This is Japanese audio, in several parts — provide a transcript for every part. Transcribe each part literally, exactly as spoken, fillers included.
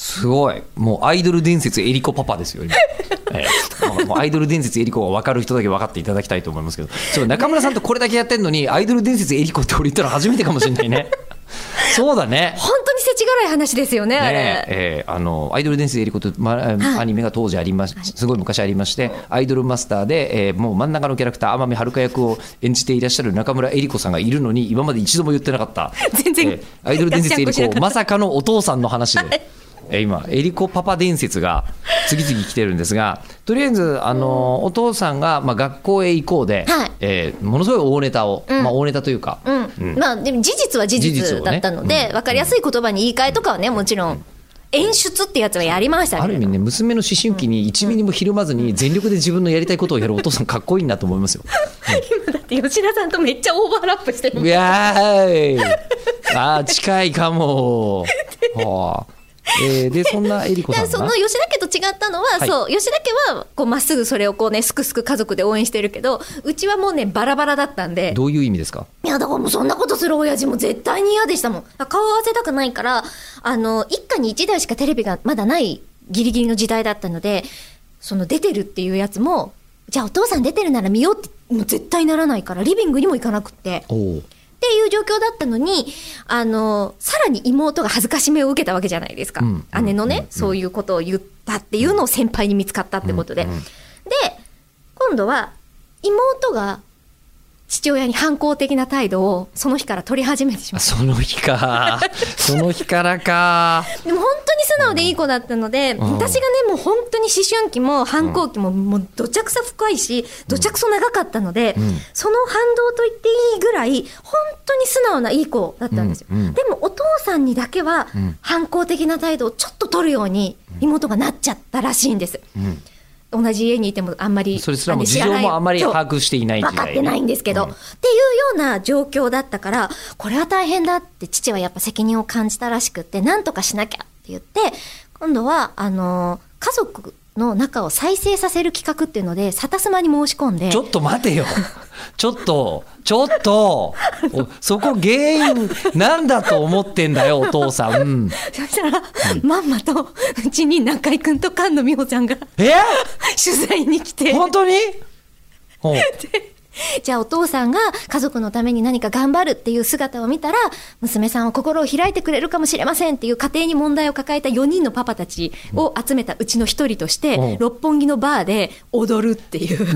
すごい、もうアイドル伝説エリコパパですよ今、えー、もうアイドル伝説エリコが分かる人だけ分かっていただきたいと思いますけど、そう中村さんとこれだけやってんのにアイドル伝説エリコって俺言ったら初めてかもしれないねそうだね、 本当に世知辛い話ですよね、あれ、 ねえー、あのアイドル伝説エリコという、まはい、アニメが当時ありまし、すごい昔ありまして、アイドルマスターで、えー、もう真ん中のキャラクター天海遥役を演じていらっしゃる中村江里子さんがいるのに今まで一度も言ってなかった全然、 えー、アイドル伝説エリコまさかのお父さんの話で今エリコパパ伝説が次々来てるんですが、とりあえずあのお父さんが、まあ、学校へ行こうで、はい、えー、ものすごい大ネタを、うん、まあ、大ネタというか、うんうん、まあ、 でも事実は事実だったので、ね、うん、分かりやすい言葉に言い換えとかはね、もちろん演出ってやつはやりましたけど、 ある意味ね、娘の思春期にいちミリもひるまずに全力で自分のやりたいことをやるお父さんかっこいいなと思いますよ、 うん、今だって吉田さんとめっちゃオーバーラップしてる。 いやーいあ近いかもはあえー、でそんな江里子さんがその吉田家と違ったのは、はい、そう吉田家はこうまっすぐそれをこうねすくすく家族で応援してるけど、うちはもうねバラバラだったんで。 どういう意味ですか？ いやだからもうそんなことする親父も絶対に嫌でしたもん。顔合わせたくないから、あの一家に一台しかテレビがまだないギリギリの時代だったので、その出てるっていうやつもじゃあお父さん出てるなら見ようってもう絶対ならないから、リビングにも行かなくって。おっていう状況だったのに、あのさらに妹が恥ずかしめを受けたわけじゃないですか、うん、姉のね、うん、そういうことを言ったっていうのを先輩に見つかったってことで、うんうん、で今度は妹が父親に反抗的な態度をその日から取り始めてしまった。 その日かその日からかでも本当に素直でいい子だったので、うん、私がねもう本当に思春期も反抗期ももうどちゃくさ深いし、どちゃくそ長かったので、うん、その反動と言っていいぐらい本当に素直ないい子だったんですよ、うんうん、でもお父さんにだけは反抗的な態度をちょっと取るように妹がなっちゃったらしいんです、うん同じ家にいてもあんまりそれすらも事情もあまり把握していない時代、 分かってないんですけど、うん、っていうような状況だったから、これは大変だって父はやっぱ責任を感じたらしくって、なんとかしなきゃって言って、今度はあの家族の中を再生させる企画っていうのでサタスマに申し込んで。 ちょっと待てよちょっとちょっとそこ原因なんだと思ってんだよお父さん、うん、 そしたら、うん、まんまとうちに中居君と菅野美穂ちゃんがえ取材に来て。 本当にほうじゃあお父さんが家族のために何か頑張るっていう姿を見たら娘さんは心を開いてくれるかもしれませんっていう家庭に問題を抱えたよにんのパパたちを集めたうちの一人として六本木のバーで踊るっていう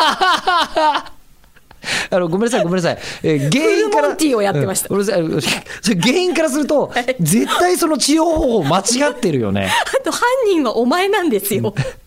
あのごめんなさいごめんなさい、えー、原因からフルモンティーをやってました、 うん、原因からすると絶対その治療方法間違ってるよねあと犯人はお前なんですよ